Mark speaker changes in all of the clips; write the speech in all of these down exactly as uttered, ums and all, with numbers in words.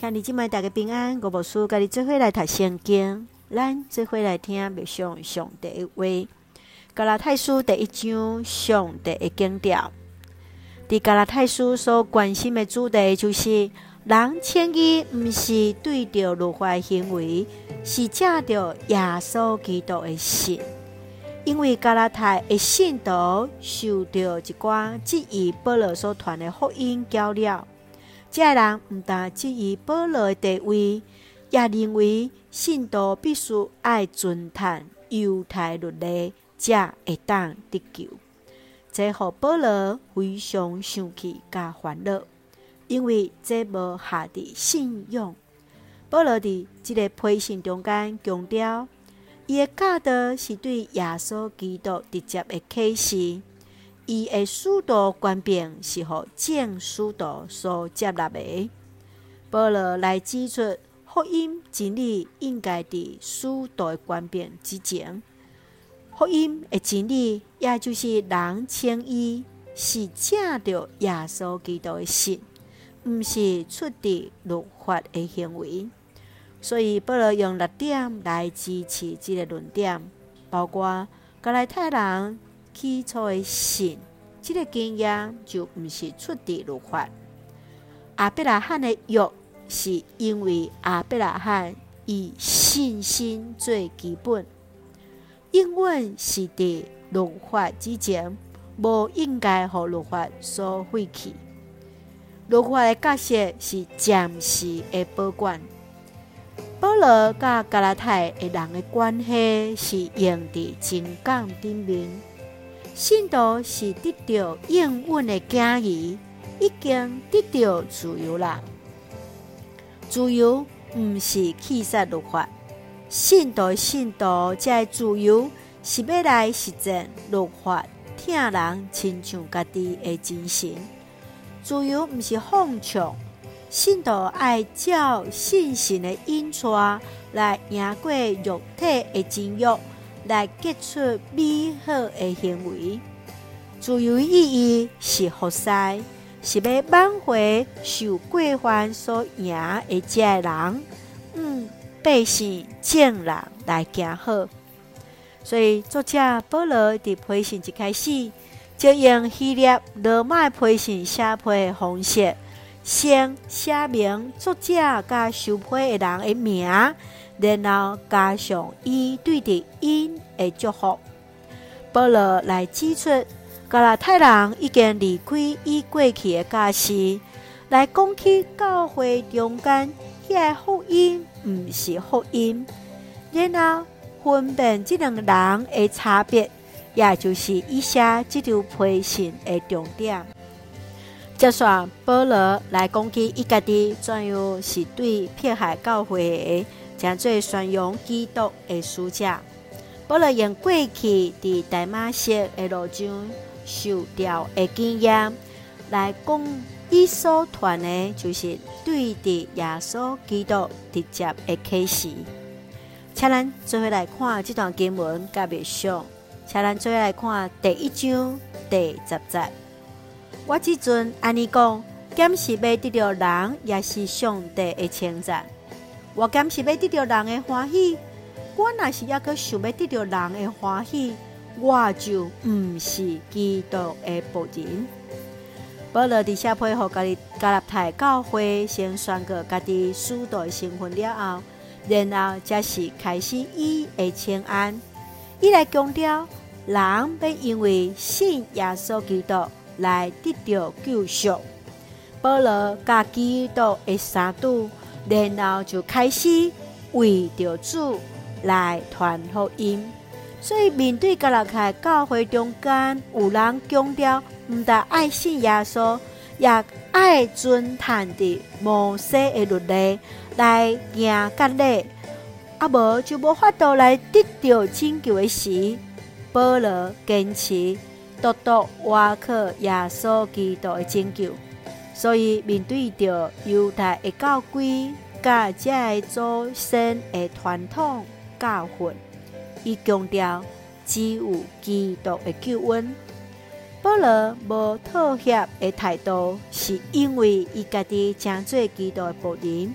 Speaker 1: 兄弟姊妹大家平安，我牧师甲你做伙来读圣经，咱做伙来听默想上帝的话。加拉太书第一章上帝的经调。伫加拉太书所关心的主题就是，人称义毋是对着律法的行为，是借着耶稣基督的信。因为加拉太的信徒受到一寡质疑保罗所传的福音搅了。这人毋但质疑保罗的地位，也认为信徒必须爱遵探犹太律例，才会当得救。这互保罗非常生气甲烦恼，因为这无下伫信仰。保罗伫即个批信中间强调，伊的教导是对耶稣基督直接的启示。伊的使徒权柄是互正使徒所接纳的。保罗来指出，福音真理应该伫使徒的权柄之前。福音的真理，也就是人称义，是借着耶稣基督的信，毋是出自律法的行为。所以保罗用六点来支持这个论点，包括加拉太人起初的信，这个经验就毋是出自律法。亚伯拉罕的约是因为亚伯拉罕以信心做基本，应允是伫律法之前，无应该互律法所废弃。律法的角色是暂时的保管。保罗甲加拉太的人的关系是用伫情感顶面。信徒是得到应允的囝儿，已经得到自由啦。自由毋是弃杀律法，信徒信徒这自由是要来实践律法，听人亲像家己的精神。自由毋是放纵，信徒爱照信心的引带来赢过肉体的情欲，来结出美好的行为。自由意义是服侍，是要挽回受过犯所赢的这个人，嗯，百姓正人来行好。所以作者保罗伫批信一开始，就用希腊罗马批信写批的方式，先写明作者甲受批的人的名，然后加上伊对着因的祝福。保罗来指出，加拉太人已经离开伊过去的假释，来讲起教会中间迄个福音毋是福音，然后分辨这两个人的差别，也就是以下这条批信的重点。接续保罗来讲起伊家己怎样是对迫害教会的，诚做宣扬基督的使者。保罗用过去伫大马色的路上受到的经验，来讲伊所传的就是对伫耶稣基督直接的启示。请咱做伙来看这段经文甲默想，请咱做伙来看第一章第十节。我即阵安尼讲，减是要得到人，也是上帝的称赞。我减是要得到人的欢喜，我若是抑阁想要得到人的欢喜，我就毋是基督的仆人。保罗伫写批互加拉太教会，先宣告家己使徒的身份了后，然后才是开始伊的请安。伊来强调，人要因为信耶稣基督来得到救赎。保罗甲基督的三主，然后就开始为着主来传福音。所以面对加拉太教会中间有人强调，毋但爱信耶稣，也爱遵探伫摩西的律例来行割礼，啊无就无法度来得到拯救的时，保罗坚持独独倚靠耶稣基督的拯救。所以面对着犹太的教规，甲这个祖先的传统教训，伊强调只有基督的救恩。保罗无妥协的态度，是因为伊家己诚做基督的仆人，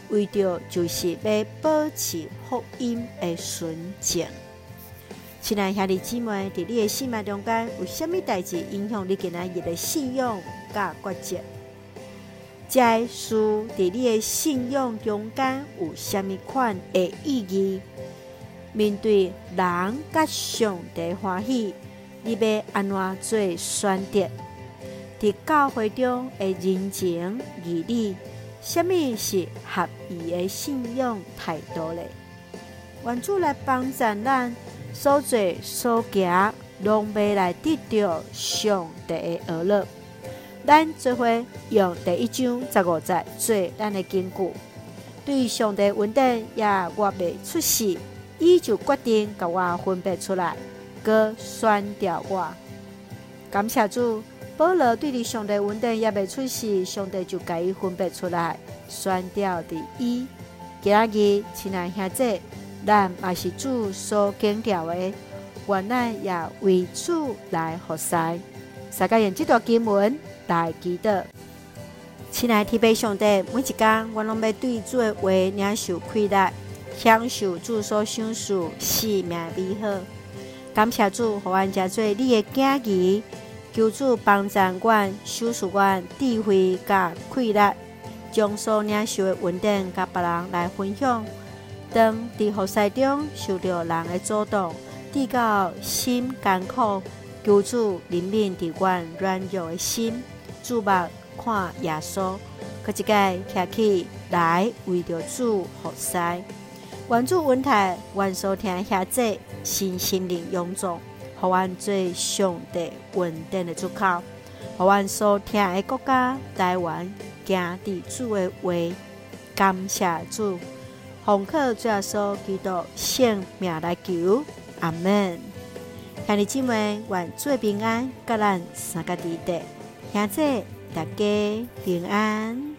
Speaker 1: 为着就是要保持福音的纯正。亲爱兄弟姊妹，在你的生命中间，有什么代志影响你今仔日的信仰甲决定？这个事在你的信仰中间有什么款的意义？面对人甲上帝欢喜，你要安怎做选择？在教会中的人情义理，什么是合宜的信仰态度呢？愿主来帮助咱，所做所行，拢要来得到上帝的儿乐。咱做伙用第一章十五节做咱的根据，对上帝恩典也活袂出世，伊就决定甲我分别出来，佮选调我。感谢主，保罗对伫上帝恩典也袂出世，上帝就甲伊分别出来，选调伫伊。今仔日亲爱兄姐，咱也是主所拣调的，愿咱也为主来服侍。大家用这段经文来祈祷。亲爱的天父上帝，每一天我拢要对主的话领受快乐，享受主所享受生命美好。感谢主，互阮食做你的囝儿，求主帮助阮，守护阮智慧甲快乐，将所领受的恩典甲别人来分享。当伫服侍中受到人的阻挡，直到心艰苦，求主怜悯伫阮软弱的心，注目看耶稣，搁一摆徛起来为着主服侍。愿主恩待阮所听兄姐新心灵永驻，互阮做上帝恩典的出口，互阮所听的国家台湾行伫主的话。感谢主，奉靠主耶稣基督圣名来求，阿门。兄弟姊妹，愿主的平安，甲咱三个伫地，兄姐大家平安。